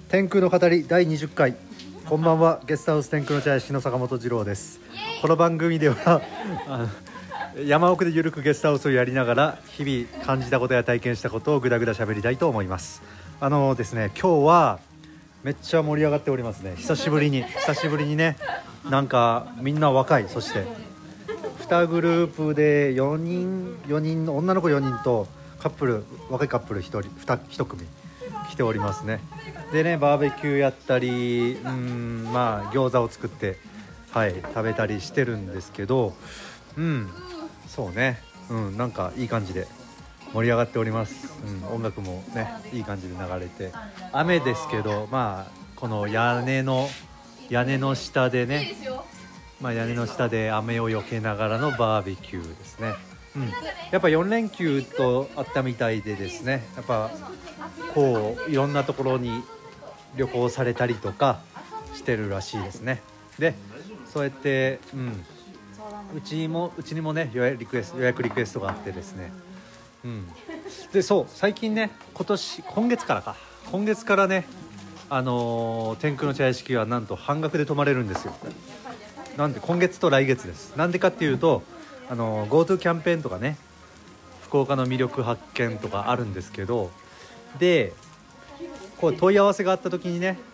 天空の語り第20回。こんばんは。ゲストハウス天空の茶屋敷の坂本二郎です。この番組では山奥でゆるくゲストハウスをやりながら日々感じたことや体験したことをぐだぐだ喋りたいと思います。ですね、今日はめっちゃ盛り上がっておりますね。久しぶりにね、なんかみんな若い。そして2グループで4人女の子4人とカップル、若いカップル1組来ておりますね。でね、バーベキューやったり、餃子を作って、食べたりしてるんですけど、そうね、なんかいい感じで盛り上がっております。音楽もね、いい感じで流れて、雨ですけど、この屋根の下でね、屋根の下で雨を避けながらのバーベキューですね。やっぱ4連休とあったみたいでですね、やっぱこういろんなところに旅行されたりとかしてるらしいですね。で、そうやって、うちにもね予約リクエストがあってですね、で、そう最近ね、今月からね、天空の茶屋敷はなんと半額で泊まれるんですよ。なんで今月と来月です。なんでかっていうと、GoTo キャンペーンとかね、福岡の魅力発見とかあるんですけど、でこう問い合わせがあった時にね、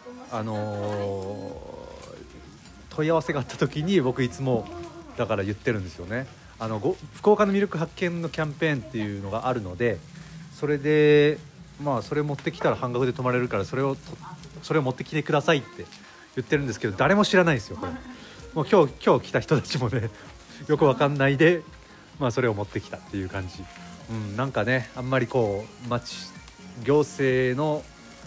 僕いつもだから言ってるんですよね。福岡の魅力発見のキャンペーンっていうのがあるので、それでそれ持ってきたら半額で泊まれるから、それを持ってきてくださいって言ってるんですけど、誰も知らないんですよこれ。もう今日来た人たちもねよくわかんないで、それを持ってきたっていう感じ。なんかね、あんまりこう行政の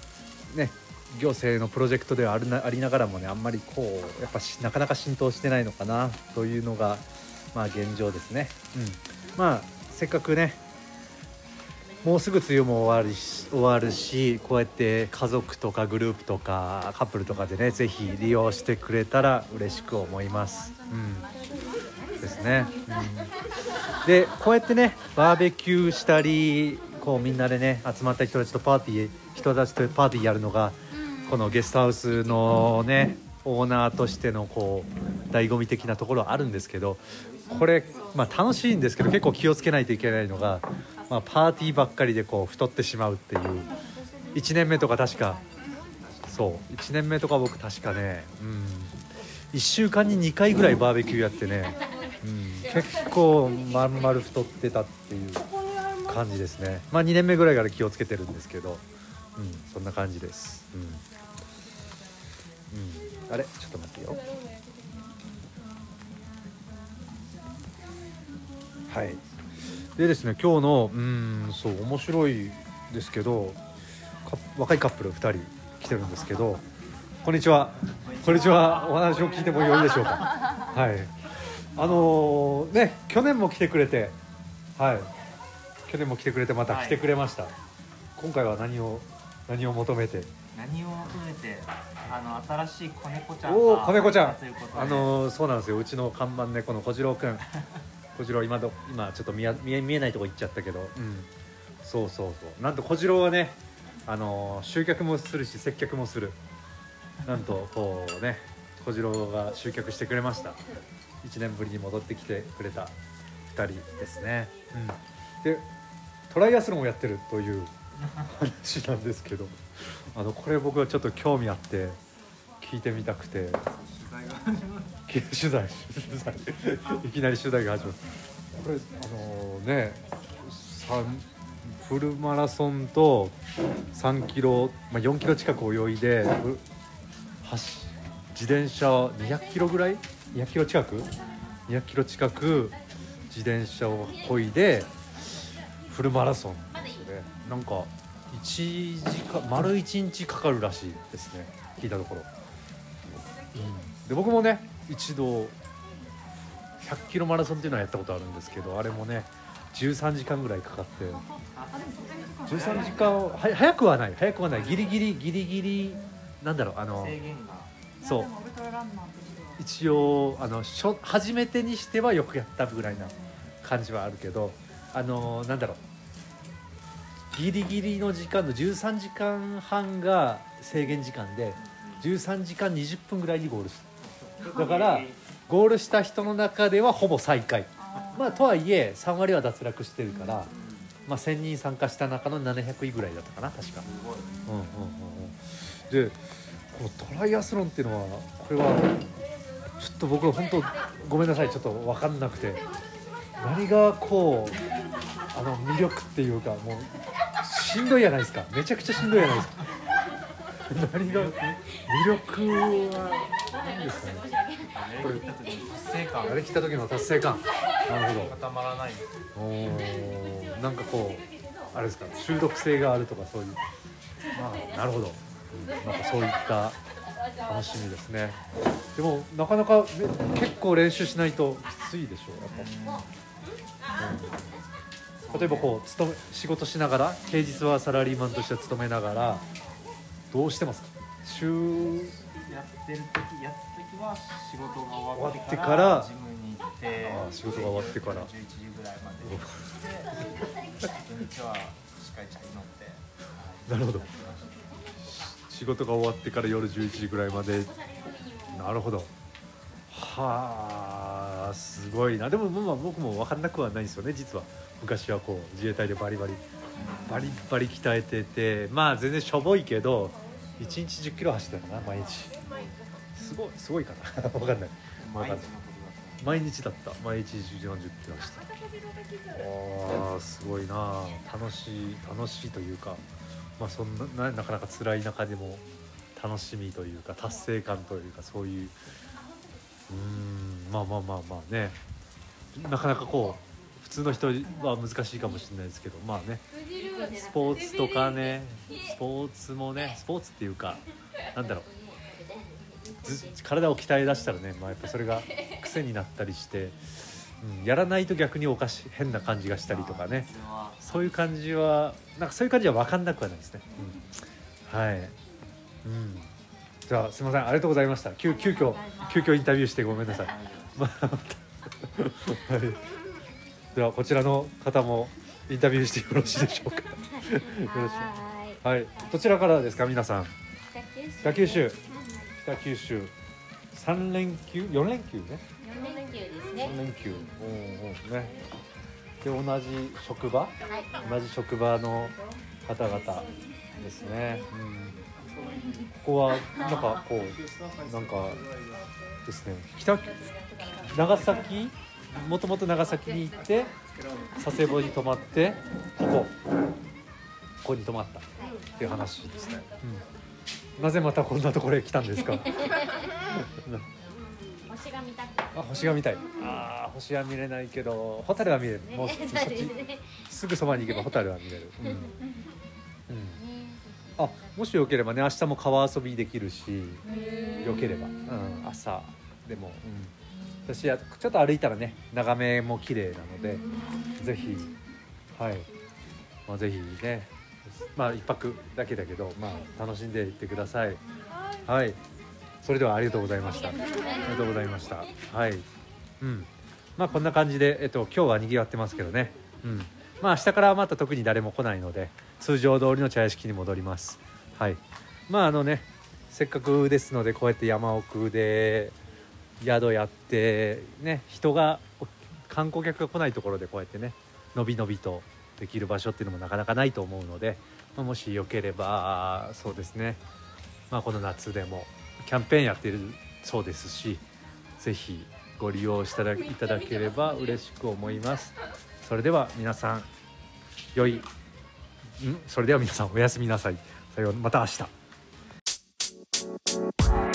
プロジェクトではありながらもね、あんまりこうやっぱなかなか浸透してないのかなというのが現状ですね。せっかくね、もうすぐ梅雨も終わるし、こうやって家族とかグループとかカップルとかでね、ぜひ利用してくれたら嬉しく思います。ですね。で、こうやってねバーベキューしたり、こうみんなでね集まった人たちとパーティーやるのが、このゲストハウスのねオーナーとしてのこう醍醐味的なところはあるんですけど、これ楽しいんですけど、結構気をつけないといけないのが、パーティーばっかりでこう太ってしまうっていう。1年目とか僕確かね、1週間に2回ぐらいバーベキューやってね、結構まん丸太ってたっていう感じですね。2年目ぐらいから気をつけてるんですけど、そんな感じです。あれちょっと待ってよ。でですね、今日の面白いですけど、若いカップル2人来てるんですけど、こんにちは。お話を聞いてもよいでしょうか。去年も来てくれて、また来てくれました。今回は何を求めて新しい子猫ちゃんが子猫ちゃんそうなんですよ。うちの看板猫の小次郎くん小次郎、今ちょっと見えないとこ行っちゃったけど、そうなんと小次郎はね、集客もするし接客もする。なんとこうね、小次郎が集客してくれました。1年ぶりに戻ってきてくれた2人ですね。で、トライアスロンをやってるという話なんですけど、これ僕はちょっと興味あって聞いてみたくて、取材いきなり取材が始まる。これフルマラソンと3キロ、4キロ近く泳いで、自転車200キロぐらい、200キロ近く自転車を漕いでフルマラソンですよね。なんか丸1日かかるらしいですね、聞いたところ。で、僕もね一度100キロマラソンっていうのはやったことあるんですけど、あれもね13時間ぐらいかかって、13時間早くはないギリギリなんだろう、 制限がそう、一応初めてにしてはよくやったぐらいな感じはあるけど、なんだろう、 ギリギリの時間の13時間半が制限時間で13時間20分ぐらいにゴールしただからゴールした人の中ではほぼ最下位、まあとはいえ3割は脱落してるから、まあ、1000人参加した中の700位ぐらいだったかな確か。でこのトライアスロンっていうのはこれはちょっと僕は本当ごめんなさいちょっと分かんなくて何がこう魅力っていうかもうしんどいじゃないですかめちゃくちゃしんどいじゃないですか何が魅力は何ですかねこれあれ来た時の達成感なるほど固まらないなんかこうあれですか中毒性があるとかそういうまあなるほどなんかそういった楽しみですね。でもなかなか結構練習しないときついでしょうやっぱ、例えばこう仕事しながら平日はサラリーマンとして勤めながらどうしてますか？ やってる時は仕事が終わってからジムに行って仕事が終わってから 11時ぐらいまでで土日はしっかり祈ってなるほど仕事が終わってから夜11時ぐらいまでなるほどはあすごいな。でもまあ僕も分かんなくはないですよね実は。昔はこう自衛隊でバリバリ鍛えててまあ全然しょぼいけど1日10キロ走ってたかな毎日すごいかな分かんない毎日だった毎日40キロ走ってた。すごいな楽しいというかまあそんななかなか辛い中でも楽しみというか達成感というかそういうまあねなかなかこう普通の人は難しいかもしれないですけどまあねスポーツとかねスポーツもねスポーツっていうかなんだろう体を鍛え出したらね、まあ、やっぱそれが癖になったりして、やらないと逆に変な感じがしたりとかねそういう感じはなんかそういう感じは分かんなくはないですね、はい、じゃあすみませんありがとうございました。急遽インタビューしてごめんなさい、はい、ではこちらの方もインタビューしてよろしいでしょうかよろしいはいどちらからですか皆さん。北九州3連休4連休ね 4連休ですね。 4連休ねで同じ職場、同じ職場の方々ですね、ここはなんかこうなんかですね長崎もともと長崎に行って佐世保に泊まってここに泊まったっていう話ですね、なぜまたこんなところへ来たんですか星が見たくて。 星が見たい。星は見れないけどホタルは見れる、もうそっちすぐそばに行けばホタルは見れる、もしよければね明日も川遊びできるしよければ、朝でも、私はちょっと歩いたらね眺めも綺麗なのでぜひぜひね一泊だけだけど楽しんでいってください。それではありがとうございました。こんな感じで今日は賑わってますけどね。明日からはまた特に誰も来ないので通常通りの茶屋敷に戻ります。せっかくですのでこうやって山奥で宿やってね観光客が来ないところでこうやってねのびのびとできる場所っていうのもなかなかないと思うので、もしよければそうですねこの夏でもキャンペーンやっているそうですしぜひご利用していただければ嬉しく思います。それでは皆さんおやすみなさい。また明日。